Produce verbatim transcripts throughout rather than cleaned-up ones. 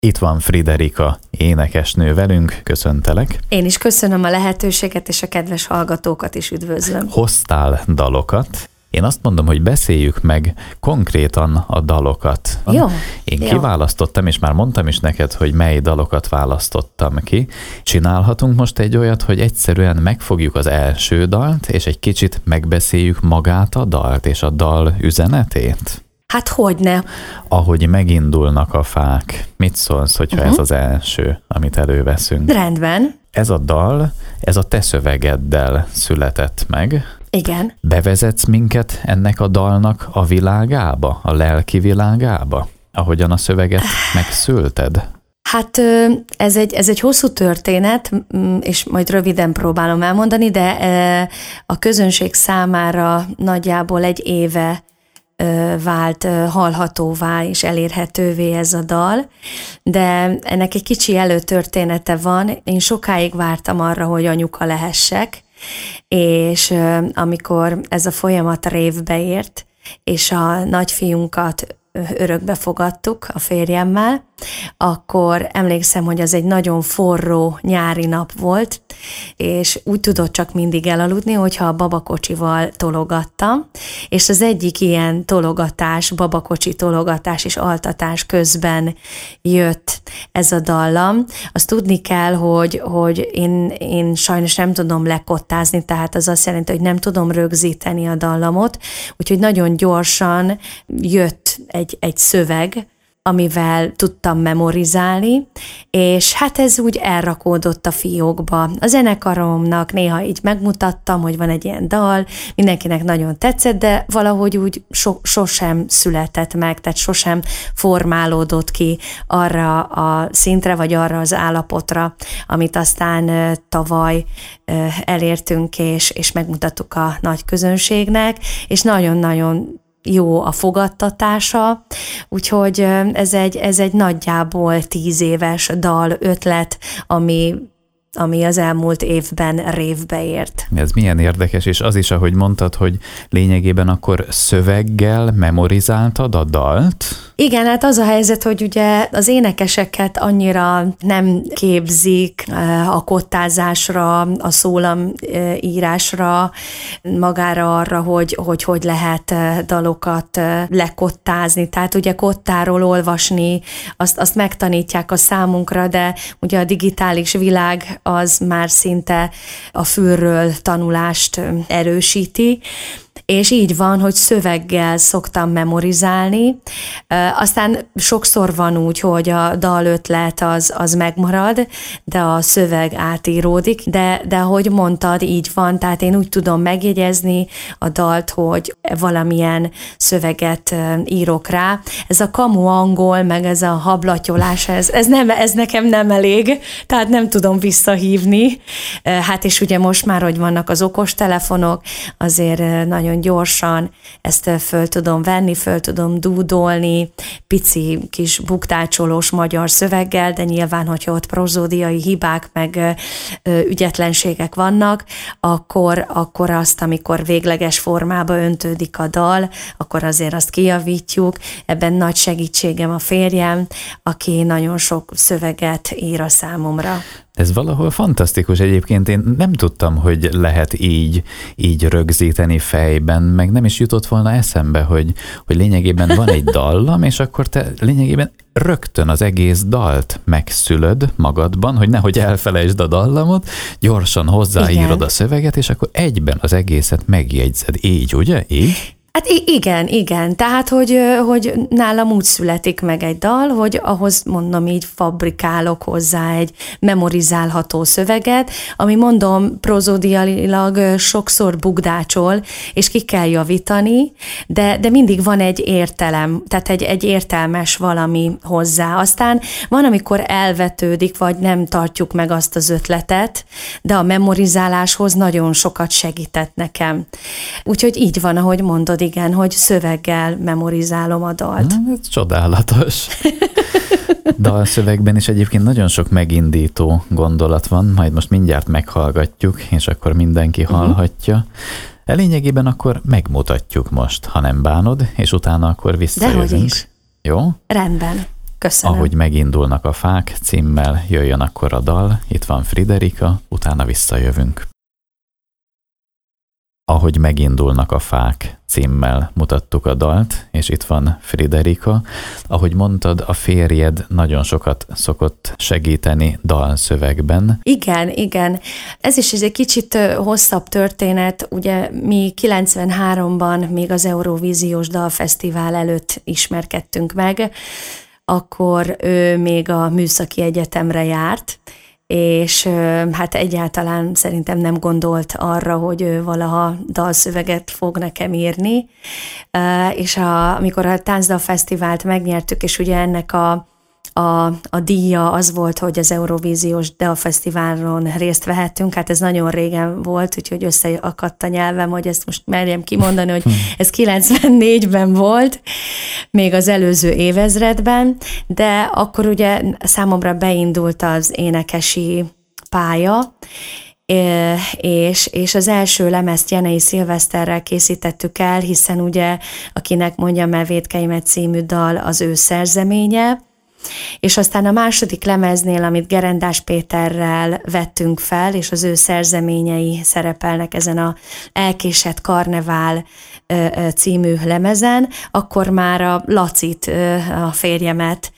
Itt van Friderika, énekesnő velünk, köszöntelek. Én is köszönöm a lehetőséget, és a kedves hallgatókat is üdvözlöm. Hoztál dalokat. Én azt mondom, hogy beszéljük meg konkrétan a dalokat. Jó. Én jó. kiválasztottam, és már mondtam is neked, hogy mely dalokat választottam ki. Csinálhatunk most egy olyat, hogy egyszerűen megfogjuk az első dalt, és egy kicsit megbeszéljük magát a dalt, és a dal üzenetét? Hát hogyne. Ahogy megindulnak a fák. Mit szólsz, hogyha uh-huh. ez az első, amit előveszünk? Rendben. Ez a dal, ez a te szövegeddel született meg. Igen. Bevezetsz minket ennek a dalnak a világába, a lelki világába, ahogyan a szöveget megszülted? Hát ez egy, ez egy hosszú történet, és majd röviden próbálom elmondani, de a közönség számára nagyjából egy éve vált hallhatóvá és elérhetővé ez a dal, de ennek egy kicsi előtörténete van. Én sokáig vártam arra, hogy anyuka lehessek, és amikor ez a folyamat révbe ért, és a nagyfiunkat örökbe fogadtuk a férjemmel, akkor emlékszem, hogy az egy nagyon forró nyári nap volt, és úgy tudott csak mindig elaludni, hogyha a babakocsival tologattam, és az egyik ilyen tologatás, babakocsi tologatás és altatás közben jött ez a dallam. Azt tudni kell, hogy, hogy én, én sajnos nem tudom lekottázni, tehát az azt jelenti, hogy nem tudom rögzíteni a dallamot, úgyhogy nagyon gyorsan jött egy, egy szöveg, amivel tudtam memorizálni, és hát ez úgy elrakódott a fiókba. A zenekaromnak néha így megmutattam, hogy van egy ilyen dal, mindenkinek nagyon tetszett, de valahogy úgy so, sosem született meg, tehát sosem formálódott ki arra a szintre, vagy arra az állapotra, amit aztán tavaly elértünk, és, és megmutattuk a nagy közönségnek, és nagyon-nagyon jó a fogadtatása, úgyhogy ez egy, ez egy nagyjából tíz éves dal ötlet, ami, ami az elmúlt évben révbe ért. Ez milyen érdekes, és az is, ahogy mondtad, hogy lényegében akkor szöveggel memorizáltad a dalt? Igen, hát az a helyzet, hogy ugye az énekeseket annyira nem képzik a kottázásra, a szólamírásra, magára arra, hogy, hogy hogy lehet dalokat lekottázni. Tehát ugye kottáról olvasni, azt, azt megtanítják a számunkra, de ugye a digitális világ az már szinte a fülről tanulást erősíti, és így van, hogy szöveggel szoktam memorizálni. Aztán sokszor van úgy, hogy a dalötlet az, az megmarad, de a szöveg átíródik, de, de ahogy mondtad, így van, tehát én úgy tudom megjegyezni a dalt, hogy valamilyen szöveget írok rá. Ez a kamu angol, meg ez a hablatyolás, ez, ez, nem, ez nekem nem elég, tehát nem tudom visszahívni. Hát és ugye most már, hogy vannak az okostelefonok, azért nagyon gyorsan ezt föl tudom venni, föl tudom dúdolni, pici kis buktácsolós magyar szöveggel, de nyilván, hogyha ott prozódiai hibák, meg ügyetlenségek vannak, akkor, akkor azt, amikor végleges formába öntődik a dal, akkor azért azt kijavítjuk. Ebben nagy segítségem a férjem, aki nagyon sok szöveget ír a számomra. Ez valahol fantasztikus egyébként, én nem tudtam, hogy lehet így, így rögzíteni fejben, meg nem is jutott volna eszembe, hogy, hogy lényegében van egy dallam, és akkor te lényegében rögtön az egész dalt megszülöd magadban, hogy nehogy elfelejtsd a dallamot, gyorsan hozzáírod Igen. a szöveget, és akkor egyben az egészet megjegyzed. Így, ugye? Így? Hát igen, igen. Tehát, hogy, hogy nálam úgy születik meg egy dal, hogy ahhoz mondom így fabrikálok hozzá egy memorizálható szöveget, ami mondom prozódiailag sokszor bugdácsol, és ki kell javítani, de, de mindig van egy értelem, tehát egy, egy értelmes valami hozzá. Aztán van, amikor elvetődik, vagy nem tartjuk meg azt az ötletet, de a memorizáláshoz nagyon sokat segített nekem. Úgyhogy így van, ahogy mondod, igen, hogy szöveggel memorizálom a dalt. Hmm, ez csodálatos. Dalszövegben is egyébként nagyon sok megindító gondolat van, majd most mindjárt meghallgatjuk, és akkor mindenki uh-huh. hallhatja. De lényegében akkor megmutatjuk most, ha nem bánod, és utána akkor visszajövünk. Dehogy is. Jó? Rendben. Köszönöm. Ahogy megindulnak a fák címmel jöjjön akkor a dal, itt van Friderika, utána visszajövünk. Ahogy megindulnak a fák címmel mutattuk a dalt, és itt van Friderika. Ahogy mondtad, a férjed nagyon sokat szokott segíteni dalszövegben. Igen, igen. Ez is egy kicsit hosszabb történet. Ugye mi kilencvenháromban még az Eurovíziós Dalfesztivál előtt ismerkedtünk meg, akkor ő még a Műszaki Egyetemre járt, és hát egyáltalán szerintem nem gondolt arra, hogy ő valaha dalszöveget fog nekem írni. És a, amikor a Táncdalfesztivált megnyertük, és ugye ennek a, a, a díja az volt, hogy az Eurovíziós Dalfesztiválon részt vehettünk, hát ez nagyon régen volt, úgyhogy összeakadt a nyelvem, hogy ezt most merjem kimondani, hogy ez kilencvennégyben volt, még az előző évezredben, de akkor ugye számomra beindult az énekesi pálya, és, és az első lemezt Jenei Szilveszterrel készítettük el, hiszen ugye, akinek mondjam el Vétkeimet című dal az ő szerzeménye, és aztán a második lemeznél, amit Gerendás Péterrel vettünk fel, és az ő szerzeményei szerepelnek ezen a Elkésett karnevál című lemezen, akkor már a Lacit, a férjemet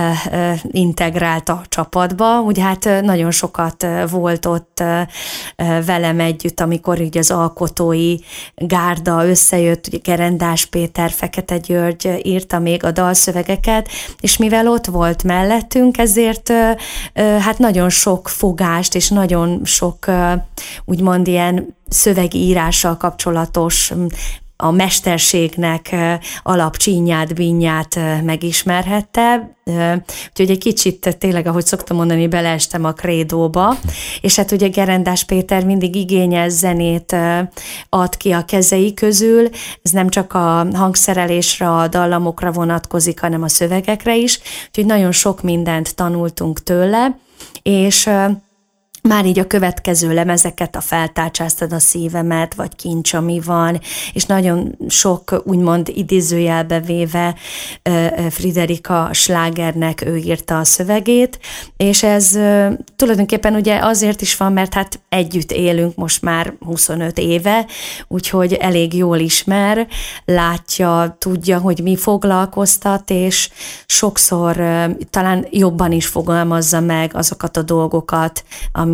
integrált a csapatba. Ugye hát nagyon sokat volt ott velem együtt, amikor így az alkotói gárda összejött, ugye Gerendás Péter, Fekete György írta még a dalszövegeket, és mivel ott volt mellettünk, ezért hát nagyon sok fogást és nagyon sok úgymond ilyen szövegírással kapcsolatos a mesterségnek alapcsínyát, bínyát megismerhette. Úgyhogy egy kicsit tényleg, ahogy szoktam mondani, beleestem a krédóba, és hát ugye Gerendás Péter mindig igényes zenét ad ki a kezei közül, ez nem csak a hangszerelésre, a dallamokra vonatkozik, hanem a szövegekre is, úgyhogy nagyon sok mindent tanultunk tőle, és már így a következő lemezeket, a Feltárcsáztad a szívemet, vagy Kincs, ami van, és nagyon sok úgymond idézőjelbe véve Friderika slágernek ő írta a szövegét, és ez tulajdonképpen ugye azért is van, mert hát együtt élünk most már huszonöt éve, úgyhogy elég jól ismer, látja, tudja, hogy mi foglalkoztat, és sokszor talán jobban is fogalmazza meg azokat a dolgokat, amik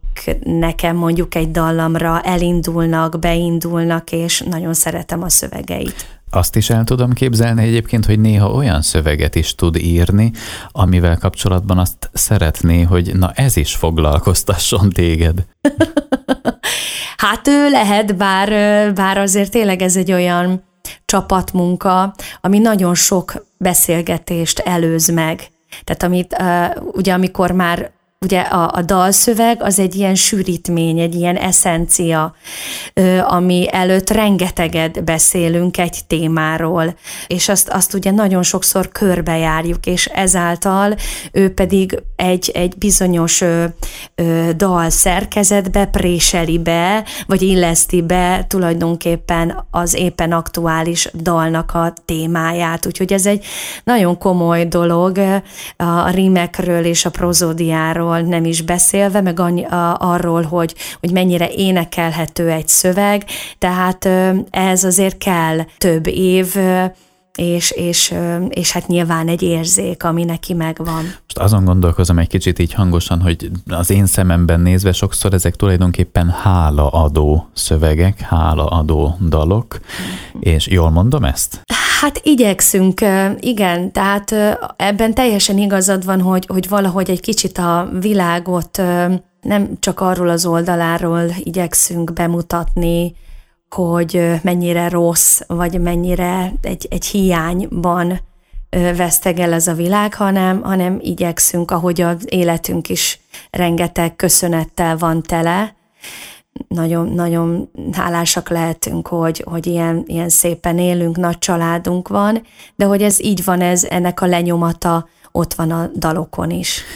nekem mondjuk egy dallamra elindulnak, beindulnak, és nagyon szeretem a szövegeit. Azt is el tudom képzelni egyébként, hogy néha olyan szöveget is tud írni, amivel kapcsolatban azt szeretné, hogy na ez is foglalkoztasson téged. Hát ő lehet, bár, bár azért tényleg ez egy olyan csapatmunka, ami nagyon sok beszélgetést előz meg. Tehát amit ugye amikor már ugye a, a dalszöveg az egy ilyen sűrítmény, egy ilyen eszencia, ami előtt rengeteget beszélünk egy témáról, és azt, azt ugye nagyon sokszor körbejárjuk, és ezáltal ő pedig egy, egy bizonyos ö, ö, dal szerkezetbe préseli be, vagy illeszti be tulajdonképpen az éppen aktuális dalnak a témáját. Úgyhogy ez egy nagyon komoly dolog, a rímekről és a prozódiáról nem is beszélve, meg annyi, a, arról, hogy, hogy mennyire énekelhető egy szöveg, tehát ez azért kell több év, és, és, és hát nyilván egy érzék, ami neki megvan. Most azon gondolkozom egy kicsit így hangosan, hogy az én szememben nézve sokszor ezek tulajdonképpen hálaadó szövegek, hálaadó dalok, és jól mondom ezt? Hát igyekszünk, igen, tehát ebben teljesen igazad van, hogy, hogy valahogy egy kicsit a világot nem csak arról az oldaláról igyekszünk bemutatni, hogy mennyire rossz, vagy mennyire egy, egy hiányban vesztegel ez a világ, hanem, hanem igyekszünk, ahogy az életünk is rengeteg köszönettel van tele. Nagyon, nagyon hálásak lehetünk, hogy, hogy ilyen, ilyen szépen élünk, nagy családunk van, de hogy ez így van, ez ennek a lenyomata ott van a dalokon is.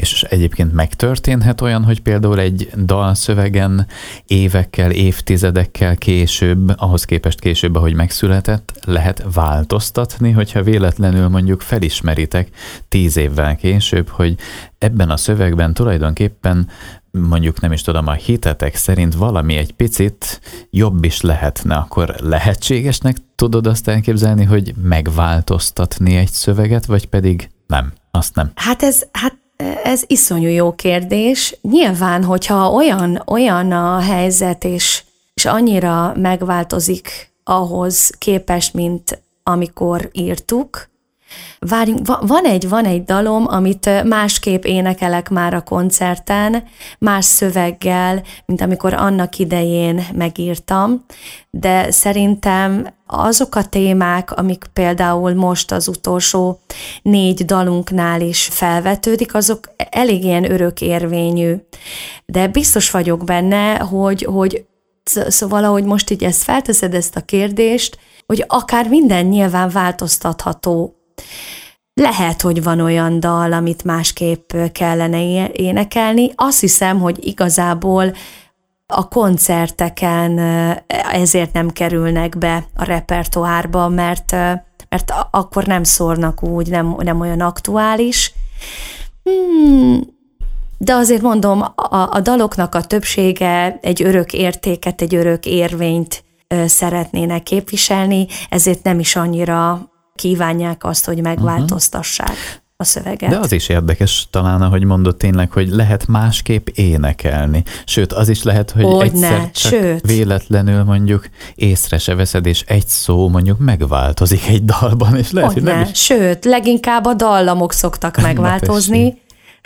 És egyébként megtörténhet olyan, hogy például egy dalszövegen évekkel, évtizedekkel később, ahhoz képest később, ahogy megszületett, lehet változtatni, hogyha véletlenül mondjuk felismeritek tíz évvel később, hogy ebben a szövegben tulajdonképpen mondjuk nem is tudom, a hitetek szerint valami egy picit jobb is lehetne, akkor lehetségesnek tudod azt elképzelni, hogy megváltoztatni egy szöveget, vagy pedig nem, azt nem? Hát ez, hát ez iszonyú jó kérdés. Nyilván, hogyha olyan, olyan a helyzet, és, és annyira megváltozik ahhoz képest, mint amikor írtuk. Várjunk, van egy, van egy dalom, amit másképp énekelek már a koncerten, más szöveggel, mint amikor annak idején megírtam, de szerintem azok a témák, amik például most az utolsó négy dalunknál is felvetődik, azok elég ilyen örökérvényű. De biztos vagyok benne, hogy, hogy szóval ahogy most így ezt felteszed ezt a kérdést, hogy akár minden nyilván változtatható. Lehet, hogy van olyan dal, amit másképp kellene énekelni. Azt hiszem, hogy igazából a koncerteken ezért nem kerülnek be a repertoárba, mert, mert akkor nem szólnak úgy, nem, nem olyan aktuális. Hmm, de azért mondom, a, a daloknak a többsége egy örök értéket, egy örök érvényt szeretnének képviselni, ezért nem is annyira kívánják azt, hogy megváltoztassák uh-huh. a szöveget. De az is érdekes talán, ahogy mondod tényleg, hogy lehet másképp énekelni. Sőt, az is lehet, hogy Hogyne, egyszer csak sőt. véletlenül mondjuk észre se veszed, és egy szó mondjuk megváltozik egy dalban, és lehet, Hogyne, hogy nem is... sőt, leginkább a dallamok szoktak megváltozni.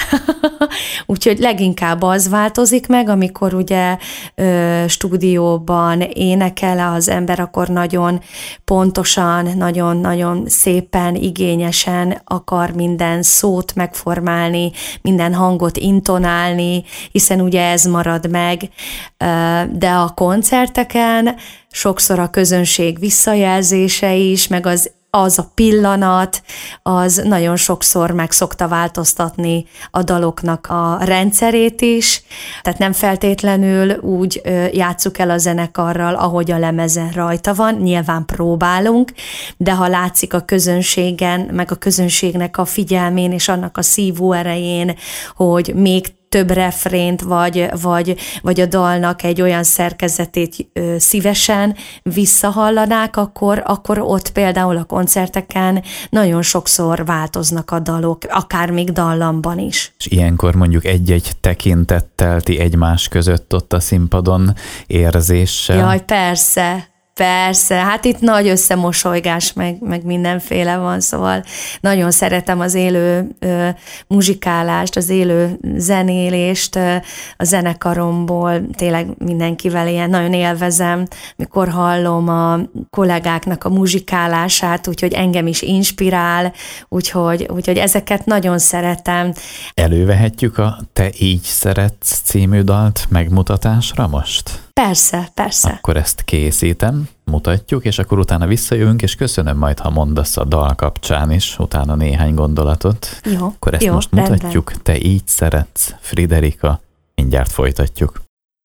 Úgyhogy leginkább az változik meg, amikor ugye ö, stúdióban énekel az ember, akkor nagyon pontosan, nagyon-nagyon szépen, igényesen akar minden szót megformálni, minden hangot intonálni, hiszen ugye ez marad meg, ö, de a koncerteken sokszor a közönség visszajelzése is, meg az az a pillanat, az nagyon sokszor meg szokta változtatni a daloknak a rendszerét is, tehát nem feltétlenül úgy játsszuk el a zenekarral, ahogy a lemezen rajta van, nyilván próbálunk, de ha látszik a közönségen, meg a közönségnek a figyelmén és annak a szívó erején, hogy még több refrént, vagy, vagy, vagy a dalnak egy olyan szerkezetét ö, szívesen visszahallanák, akkor, akkor ott például a koncerteken nagyon sokszor változnak a dalok, akár még dallamban is. És ilyenkor mondjuk egy-egy tekintettel ti egymás között ott a színpadon érzéssel? Jaj, persze. Persze, hát itt nagy összemosolygás, meg, meg mindenféle van, szóval nagyon szeretem az élő ö, muzsikálást, az élő zenélést ö, a zenekaromból, tényleg mindenkivel ilyen nagyon élvezem, mikor hallom a kollégáknak a muzsikálását, úgyhogy engem is inspirál, úgyhogy, úgyhogy ezeket nagyon szeretem. Elővehetjük a Te így szeretsz című dalt megmutatásra most? Persze, persze. Akkor ezt készítem, mutatjuk, és akkor utána visszajövünk, és köszönöm majd, ha mondasz a dal kapcsán is, utána néhány gondolatot. Jó, Akkor ezt jó, most rendben. mutatjuk, Te így szeretsz, Friderika, mindjárt folytatjuk.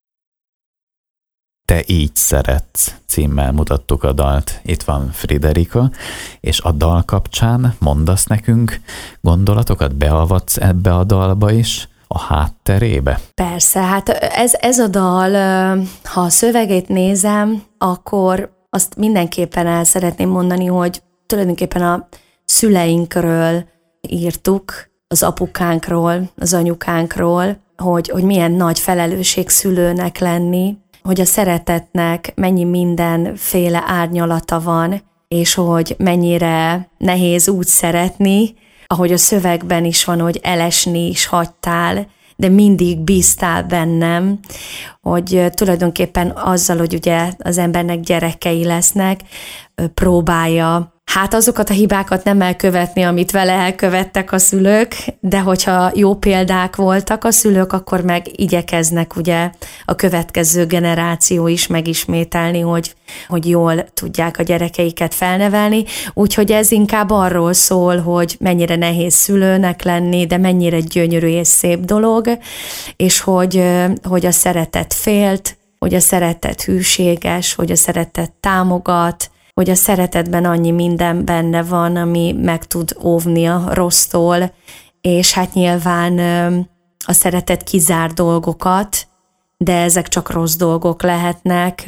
Te így szeretsz címmel mutattuk a dalt. Itt van Friderika, és a dal kapcsán mondasz nekünk gondolatokat, beavatsz ebbe a dalba is, a hátterébe? Persze, hát ez, ez a dal, ha a szövegét nézem, akkor azt mindenképpen el szeretném mondani, hogy tulajdonképpen a szüleinkről írtuk, az apukánkról, az anyukánkról, hogy, hogy milyen nagy felelősség szülőnek lenni, hogy a szeretetnek mennyi mindenféle árnyalata van, és hogy mennyire nehéz úgy szeretni, ahogy a szövegben is van, hogy elesni is hagytál, de mindig bíztál bennem, hogy tulajdonképpen azzal, hogy ugye az embernek gyerekei lesznek, próbálja Hát azokat a hibákat nem elkövetni, amit vele elkövettek a szülők, de hogyha jó példák voltak a szülők, akkor meg igyekeznek ugye a következő generáció is megismételni, hogy, hogy jól tudják a gyerekeiket felnevelni. Úgyhogy ez inkább arról szól, hogy mennyire nehéz szülőnek lenni, de mennyire gyönyörű és szép dolog, és hogy, hogy a szeretet félt, hogy a szeretet hűséges, hogy a szeretet támogat, hogy a szeretetben annyi minden benne van, ami meg tud óvni a rossztól, és hát nyilván a szeretet kizár dolgokat, de ezek csak rossz dolgok lehetnek,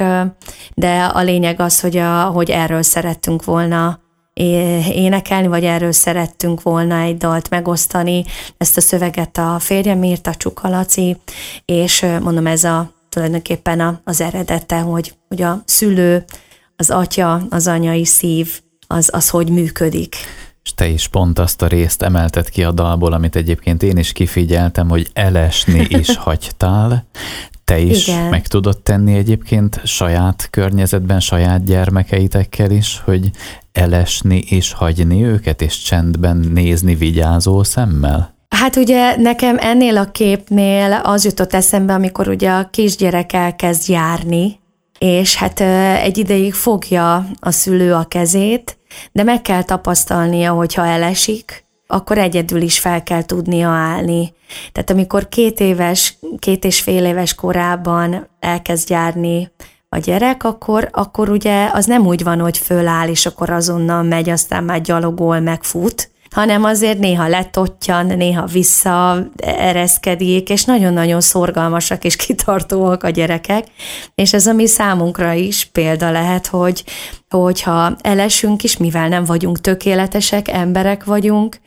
de a lényeg az, hogy, a, hogy erről szerettünk volna énekelni, vagy erről szerettünk volna egy dalt megosztani. Ezt a szöveget a férjem írta, Csuka Laci, és mondom, ez a tulajdonképpen a, az eredete, hogy, hogy a szülő, az atya, az anyai szív, az, az hogy működik. És te is pont azt a részt emelted ki a dalból, amit egyébként én is kifigyeltem, hogy elesni is hagytál. Te is Igen. meg tudod tenni egyébként saját környezetben, saját gyermekeitekkel is, hogy elesni és hagyni őket, és csendben nézni vigyázó szemmel? Hát ugye nekem ennél a képnél az jutott eszembe, amikor ugye a kisgyerek elkezd járni, és hát egy ideig fogja a szülő a kezét, de meg kell tapasztalnia, hogyha elesik, akkor egyedül is fel kell tudnia állni. Tehát amikor két éves, két és fél éves korában elkezd járni a gyerek, akkor, akkor ugye az nem úgy van, hogy föláll, és akkor azonnal megy, aztán már gyalogol, megfut, hanem azért néha letotyan, néha visszaereszkedik, és nagyon-nagyon szorgalmasak és kitartóak a gyerekek, és ez a mi számunkra is példa lehet, hogy hogyha elesünk is, mivel nem vagyunk tökéletesek, emberek vagyunk,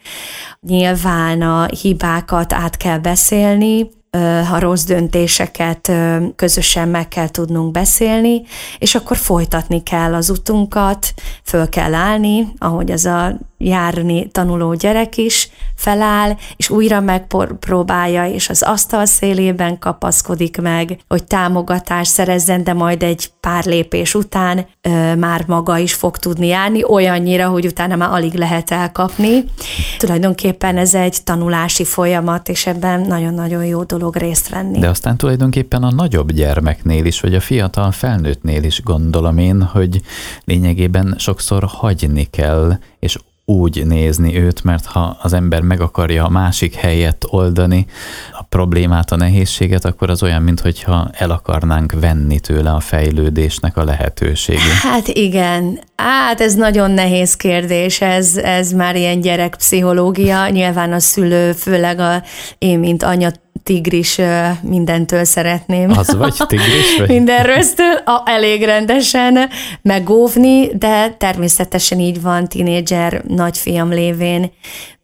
nyilván a hibákat át kell beszélni, a rossz döntéseket közösen meg kell tudnunk beszélni, és akkor folytatni kell az utunkat, föl kell állni, ahogy az a járni tanuló gyerek is feláll, és újra megpróbálja, és az asztal szélében kapaszkodik meg, hogy támogatást szerezzen, de majd egy pár lépés után ö, már maga is fog tudni járni, olyannyira, hogy utána már alig lehet elkapni. Tulajdonképpen ez egy tanulási folyamat, és ebben nagyon-nagyon jó dolog részt venni. De aztán tulajdonképpen a nagyobb gyermeknél is, vagy a fiatal felnőttnél is gondolom én, hogy lényegében sokszor hagyni kell, és úgy nézni őt, mert ha az ember meg akarja a másik helyet oldani a problémát, a nehézséget, akkor az olyan, mintha el akarnánk venni tőle a fejlődésnek a lehetőségét. Hát igen, hát ez nagyon nehéz kérdés, ez, ez már ilyen gyerekpszichológia, nyilván a szülő, főleg a, én, mint anya, tigris, mindentől szeretném. Az vagy tigris? Vagy? Mindenröztől a, elég rendesen megóvni, de természetesen így van, tínédzser nagyfiam lévén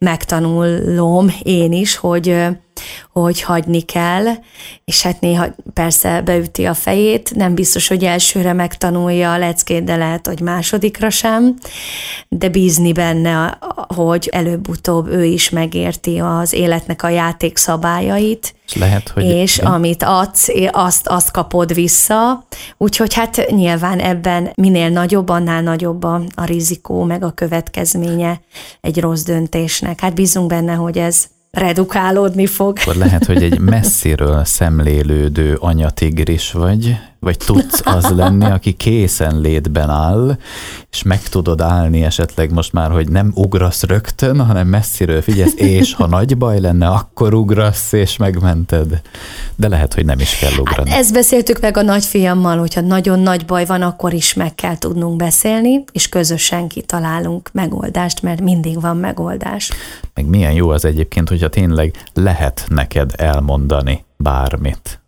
megtanulom én is, hogy, hogy hagyni kell, és hát néha persze beüti a fejét, nem biztos, hogy elsőre megtanulja a leckét, de lehet, hogy másodikra sem, de bízni benne, hogy előbb-utóbb ő is megérti az életnek a játékszabályait, és, lehet, hogy és amit adsz, azt, azt kapod vissza, úgyhogy hát nyilván ebben minél nagyobb, annál nagyobb a, a rizikó, meg a következménye egy rossz döntésnek. Hát bízunk benne, hogy ez redukálódni fog. Akkor lehet, hogy egy messziről szemlélődő anyatigris vagy, vagy tudsz az lenni, aki készenlétben áll, és meg tudod állni esetleg most már, hogy nem ugrasz rögtön, hanem messziről figyelsz, és ha nagy baj lenne, akkor ugrasz, és megmented. De lehet, hogy nem is kell ugrani. Hát ezt beszéltük meg a nagyfiammal, hogyha nagyon nagy baj van, akkor is meg kell tudnunk beszélni, és közösen kitalálunk megoldást, mert mindig van megoldás. Meg milyen jó az egyébként, hogyha tényleg lehet neked elmondani bármit.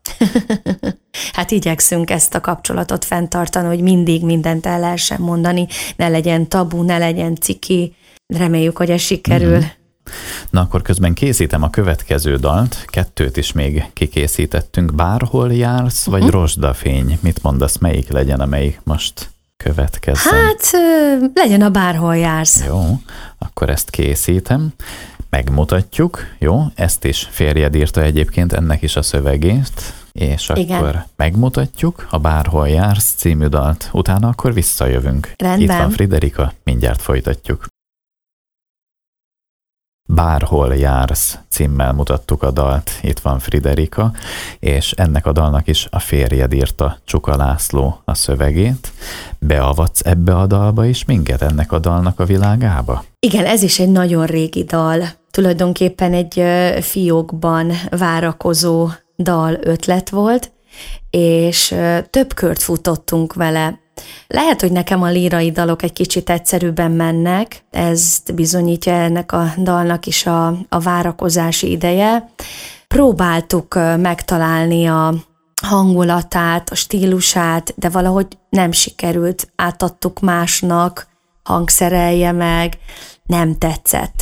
Hát igyekszünk ezt a kapcsolatot fenntartani, hogy mindig mindent el lehessen mondani, ne legyen tabu, ne legyen ciki. Reméljük, hogy ez sikerül. Mm-hmm. Na akkor közben készítem a következő dalt, kettőt is még kikészítettünk. Bárhol jársz, vagy uh-huh. Rozsdafény? Mit mondasz, melyik legyen, amelyik most következzen? Hát legyen a Bárhol jársz. Jó, akkor ezt készítem. Megmutatjuk, jó? Ezt is férjed írta egyébként, ennek is a szövegét. és Igen. akkor megmutatjuk a Bárhol jársz című dalt, utána akkor visszajövünk. Rendben. Itt van Friderika, mindjárt folytatjuk. Bárhol jársz címmel mutattuk a dalt, itt van Friderika, és ennek a dalnak is a férjed írta, Csuka László a szövegét. Beavatsz ebbe a dalba is minket, ennek a dalnak a világába? Igen, ez is egy nagyon régi dal. Tulajdonképpen egy fiókban várakozó dal ötlet volt, és több kört futottunk vele. Lehet, hogy nekem a lírai dalok egy kicsit egyszerűbben mennek, ezt bizonyítja ennek a dalnak is a, a várakozási ideje. Próbáltuk megtalálni a hangulatát, a stílusát, de valahogy nem sikerült. Átadtuk másnak, hangszerelje meg, nem tetszett.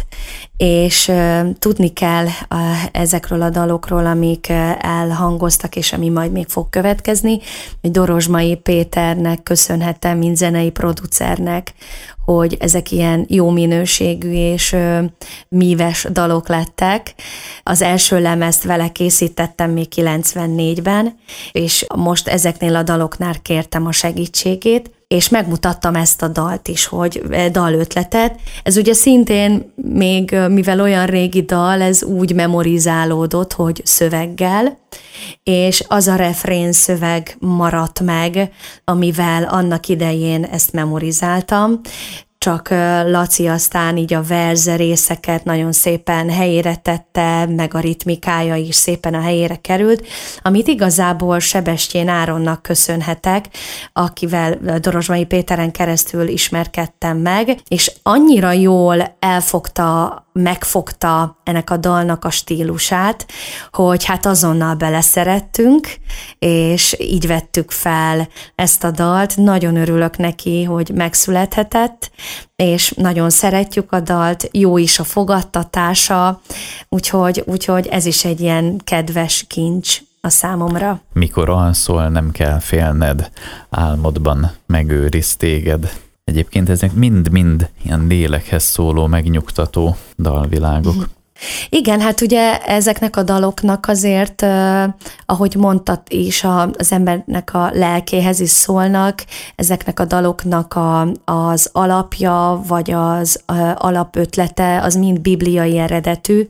És uh, tudni kell uh, ezekről a dalokról, amik uh, elhangoztak, és ami majd még fog következni, hogy Dorozsmai Péternek köszönhetem, mint zenei producernek, hogy ezek ilyen jó minőségű és uh, míves dalok lettek. Az első lemezt vele készítettem még kilencvennégyben, és most ezeknél a daloknál kértem a segítségét, és megmutattam ezt a dalt is, hogy dalötletet. Ez ugye szintén még, mivel olyan régi dal, ez úgy memorizálódott, hogy szöveggel, és az a refrén szöveg maradt meg, amivel annak idején ezt memorizáltam, csak Laci aztán így a verze részeket nagyon szépen helyére tette, meg a ritmikája is szépen a helyére került, amit igazából Sebestyén Áronnak köszönhetek, akivel Dorozsmai Péteren keresztül ismerkedtem meg, és annyira jól elfogta, megfogta ennek a dalnak a stílusát, hogy hát azonnal beleszerettünk, és így vettük fel ezt a dalt. Nagyon örülök neki, hogy megszülethetett, és nagyon szeretjük a dalt, jó is a fogadtatása, úgyhogy, úgyhogy ez is egy ilyen kedves kincs a számomra. Mikor alszol, nem kell félned, álmodban megőriz téged. Egyébként ezek mind-mind ilyen lélekhez szóló, megnyugtató dalvilágok. Mm. Igen, hát ugye ezeknek a daloknak azért, uh, ahogy mondtad is, a, az embernek a lelkéhez is szólnak, ezeknek a daloknak a, az alapja, vagy az uh, alapötlete, az mind bibliai eredetű,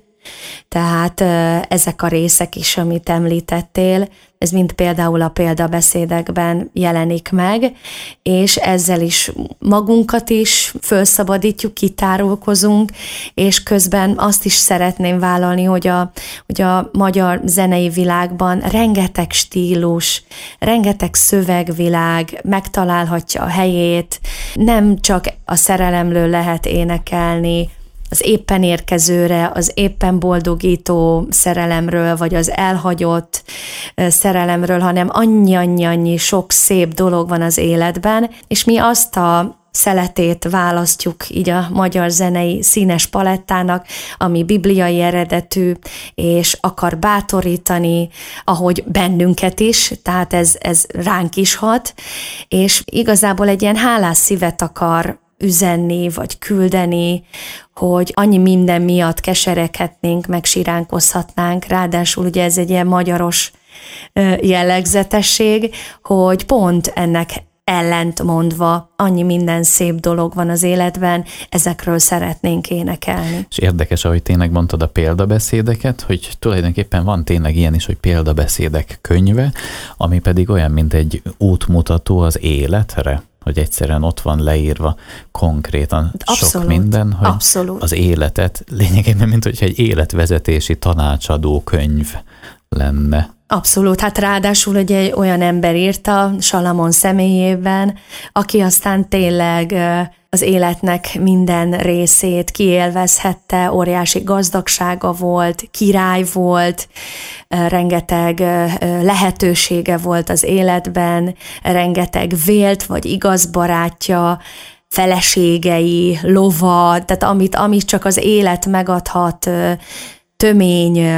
tehát uh, ezek a részek is, amit említettél, ez mind például a példabeszédekben jelenik meg, és ezzel is magunkat is felszabadítjuk, kitárulkozunk, és közben azt is szeretném vállalni, hogy a, hogy a magyar zenei világban rengeteg stílus, rengeteg szövegvilág megtalálhatja a helyét, nem csak a szerelemről lehet énekelni, az éppen érkezőre, az éppen boldogító szerelemről, vagy az elhagyott szerelemről, hanem annyi-annyi-annyi sok szép dolog van az életben, és mi azt a szeletét választjuk így a magyar zenei színes palettának, ami bibliai eredetű, és akar bátorítani, ahogy bennünket is, tehát ez, ez ránk is hat, és igazából egy ilyen hálás szívet akar üzenni, vagy küldeni, hogy annyi minden miatt kesereghetnénk, meg siránkozhatnánk, ráadásul ugye ez egy ilyen magyaros jellegzetesség, hogy pont ennek ellent mondva annyi minden szép dolog van az életben, ezekről szeretnénk énekelni. És érdekes, ahogy tényleg mondtad a példabeszédeket, hogy tulajdonképpen van tényleg ilyen is, hogy példabeszédek könyve, ami pedig olyan, mint egy útmutató az életre, hogy egyszerűen ott van leírva konkrétan abszolút, sok minden, hogy abszolút. Az életet lényegében, mint hogyha egy életvezetési tanácsadó könyv lenne. Abszolút, hát ráadásul ugye egy olyan ember írta Salamon személyében, aki aztán tényleg az életnek minden részét kiélvezhette, óriási gazdagsága volt, király volt, rengeteg lehetősége volt az életben, rengeteg vélt vagy igaz barátja, feleségei, lova, tehát amit, amit csak az élet megadhat, tömény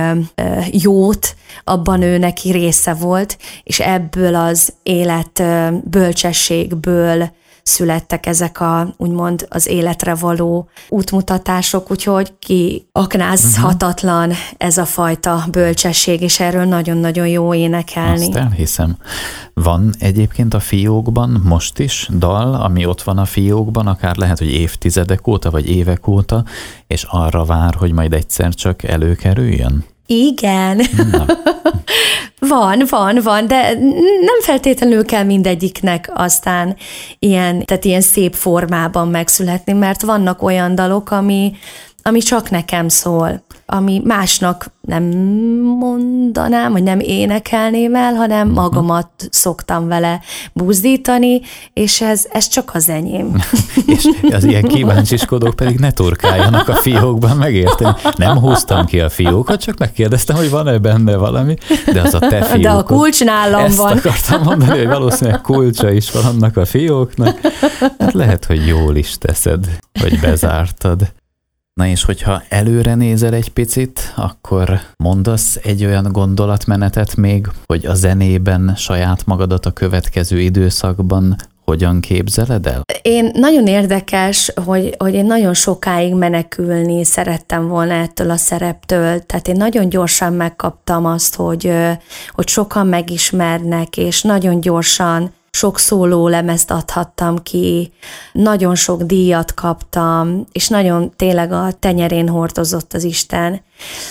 jót, abban ő neki része volt, és ebből az élet bölcsességből születtek ezek a úgymond az életre való útmutatások, úgyhogy kiaknázhatatlan ez a fajta bölcsesség, és erről nagyon-nagyon jó énekelni. Azt elhiszem. Van egyébként a fiókban most is dal, ami ott van a fiókban, akár lehet, hogy évtizedek óta, vagy évek óta, és arra vár, hogy majd egyszer csak előkerüljön? Igen. Van, van, van, de nem feltétlenül kell mindegyiknek aztán ilyen, tehát ilyen szép formában megszületni, mert vannak olyan dalok, ami, ami csak nekem szól, ami másnak nem mondanám, vagy nem énekelném el, hanem magamat szoktam vele buzdítani, és ez, ez csak az enyém. És az ilyen kíváncsiskodók pedig ne turkáljanak a fiókban, megérteni. Nem húztam ki a fiókot, csak megkérdeztem, hogy van-e benne valami, de az a te fiókod. De a kulcs nálam Ezt van. Ezt akartam mondani, hogy valószínűleg kulcsa is van annak a fióknak. Hát lehet, hogy jól is teszed, hogy bezártad. Na és hogyha előre nézel egy picit, akkor mondasz egy olyan gondolatmenetet még, hogy a zenében saját magadat a következő időszakban hogyan képzeled el? Én nagyon érdekes, hogy, hogy én nagyon sokáig menekülni szerettem volna ettől a szereptől, tehát én nagyon gyorsan megkaptam azt, hogy, hogy sokan megismernek, és nagyon gyorsan sok szólólemezt adhattam ki, nagyon sok díjat kaptam, és nagyon tényleg a tenyerén hordozott az Isten.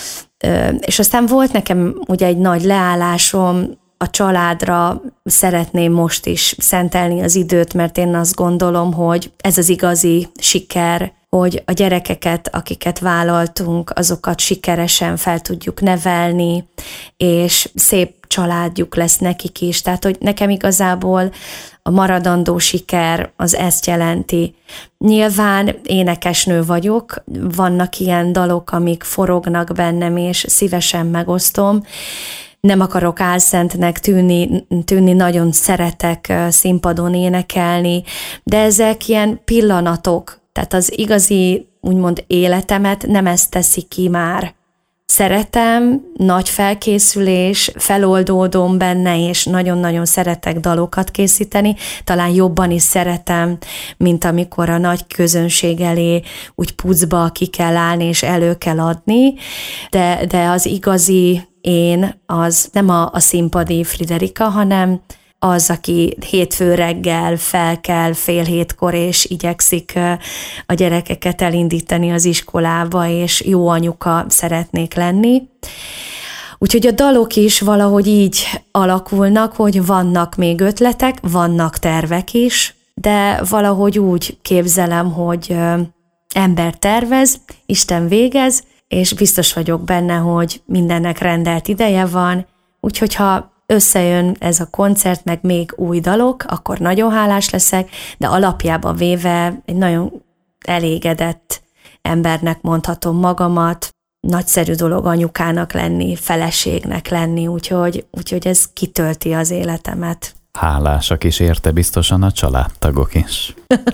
És aztán volt nekem ugye egy nagy leállásom, a családra szeretném most is szentelni az időt, mert én azt gondolom, hogy ez az igazi siker, hogy a gyerekeket, akiket vállaltunk, azokat sikeresen fel tudjuk nevelni, és szép családjuk lesz nekik is. Tehát, hogy nekem igazából a maradandó siker az ezt jelenti. Nyilván énekesnő vagyok, vannak ilyen dalok, amik forognak bennem, és szívesen megosztom. Nem akarok álszentnek tűnni, tűnni, nagyon szeretek színpadon énekelni, de ezek ilyen pillanatok, tehát az igazi, úgymond életemet nem ezt teszi ki már. Szeretem, nagy felkészülés, feloldódom benne, és nagyon-nagyon szeretek dalokat készíteni, talán jobban is szeretem, mint amikor a nagy közönség elé úgy pucba ki kell állni, és elő kell adni, de, de az igazi én az nem a, a színpadi Friderika, hanem az, aki hétfő reggel fel kell fél hétkor, és igyekszik a gyerekeket elindítani az iskolába, és jó anyuka szeretnék lenni. Úgyhogy a dalok is valahogy így alakulnak, hogy vannak még ötletek, vannak tervek is, de valahogy úgy képzelem, hogy ember tervez, Isten végez, és biztos vagyok benne, hogy mindennek rendelt ideje van, úgyhogy ha összejön ez a koncert, meg még új dalok, akkor nagyon hálás leszek, de alapjában véve egy nagyon elégedett embernek mondhatom magamat, nagyszerű dolog anyukának lenni, feleségnek lenni, úgyhogy, úgyhogy ez kitölti az életemet. Hálásak is érte biztosan a családtagok is.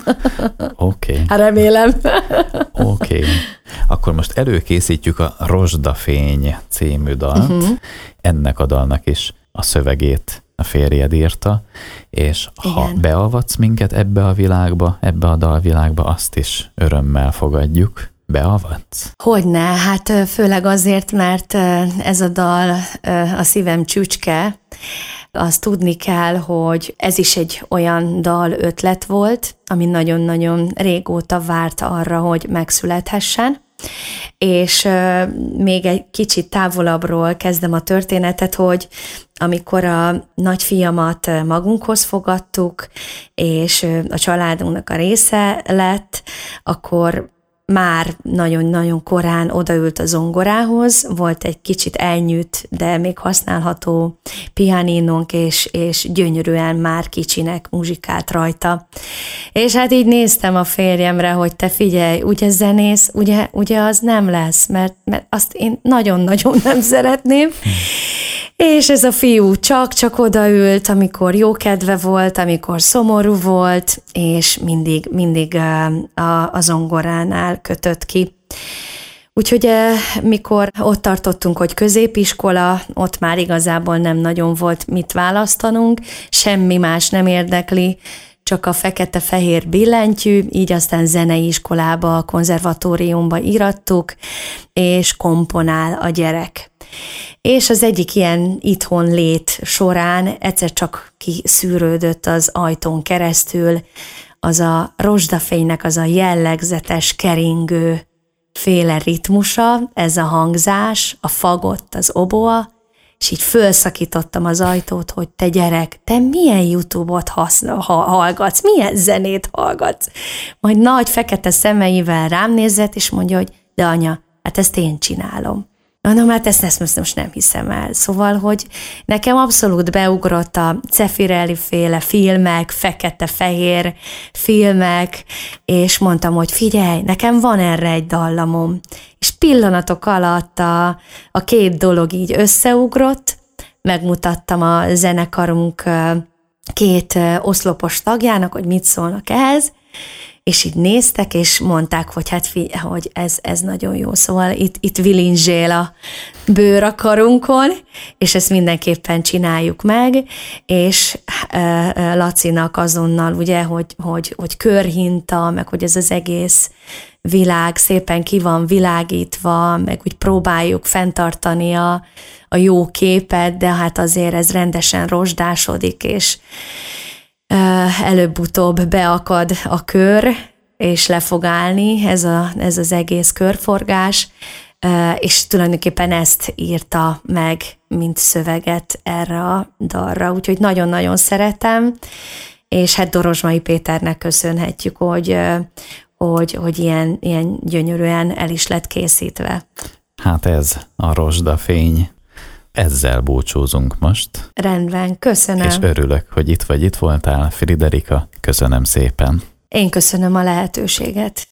Oké. Okay. Hát remélem. Oké. Okay. Akkor most előkészítjük a Rozsdafény című dalt. Uh-huh. Ennek a dalnak is a szövegét a férjed írta, és ha igen, beavatsz minket ebbe a világba, ebbe a dalvilágba, azt is örömmel fogadjuk. Beavatsz? Hogyne, hát főleg azért, mert ez a dal a szívem csücske. Azt tudni kell, hogy ez is egy olyan dal ötlet volt, ami nagyon-nagyon régóta várt arra, hogy megszülethessen. És még egy kicsit távolabbról kezdem a történetet, hogy amikor a nagyfiamat magunkhoz fogadtuk, és a családunknak a része lett, akkor már nagyon-nagyon korán odaült a zongorához, volt egy kicsit elnyűt, de még használható pianinónk, és, és gyönyörűen már kicsinek muzsikált rajta. És hát így néztem a férjemre, hogy te figyelj, ugye zenész, ugye, ugye az nem lesz, mert, mert azt én nagyon-nagyon nem szeretném. És ez a fiú csak-csak odaült, amikor jó kedve volt, amikor szomorú volt, és mindig, mindig a, a zongoránál kötött ki. Úgyhogy mikor ott tartottunk, hogy középiskola, ott már igazából nem nagyon volt mit választanunk, semmi más nem érdekli, csak a fekete-fehér billentyű, így aztán zenei iskolába, konzervatóriumba írattuk, és komponál a gyerek. És az egyik ilyen itthon lét során egyszer csak kiszűrődött az ajtón keresztül az a rozsdafénynek az a jellegzetes, keringő féle ritmusa, ez a hangzás, a fagott, az oboa, és így fölszakítottam az ajtót, hogy te gyerek, te milyen YouTube-ot használ, ha, hallgatsz, milyen zenét hallgatsz. Majd nagy fekete szemeivel rám nézett, és mondja, hogy de anya, hát ezt én csinálom. Mondom, hát ezt, ezt most nem hiszem el. Szóval, hogy nekem abszolút beugrott a Zeffirelli féle filmek, fekete-fehér filmek, és mondtam, hogy figyelj, nekem van erre egy dallamom. És pillanatok alatt a, a két dolog így összeugrott, megmutattam a zenekarunk két oszlopos tagjának, hogy mit szólnak ehhez, és így néztek, és mondták, hogy hát figyelj, hogy ez, ez nagyon jó. Szóval itt, itt vilinzsél a bőr a karunkon, és ezt mindenképpen csináljuk meg, és uh, Lacinak azonnal, ugye, hogy, hogy, hogy körhinta, meg hogy ez az egész világ szépen ki van világítva, meg úgy próbáljuk fenntartani a, a jó képet, de hát azért ez rendesen rozsdásodik, és előbb-utóbb beakad a kör, és le fog állni ez, a, ez az egész körforgás, és tulajdonképpen ezt írta meg, mint szöveget erre a dalra, úgyhogy nagyon-nagyon szeretem, és hát Dorozsmai Péternek köszönhetjük, hogy, hogy, hogy ilyen, ilyen gyönyörűen el is lett készítve. Hát ez a rozsdafény. Ezzel búcsúzunk most. Rendben, köszönöm. És örülök, hogy itt vagy, itt voltál, Friderika. Köszönöm szépen. Én köszönöm a lehetőséget.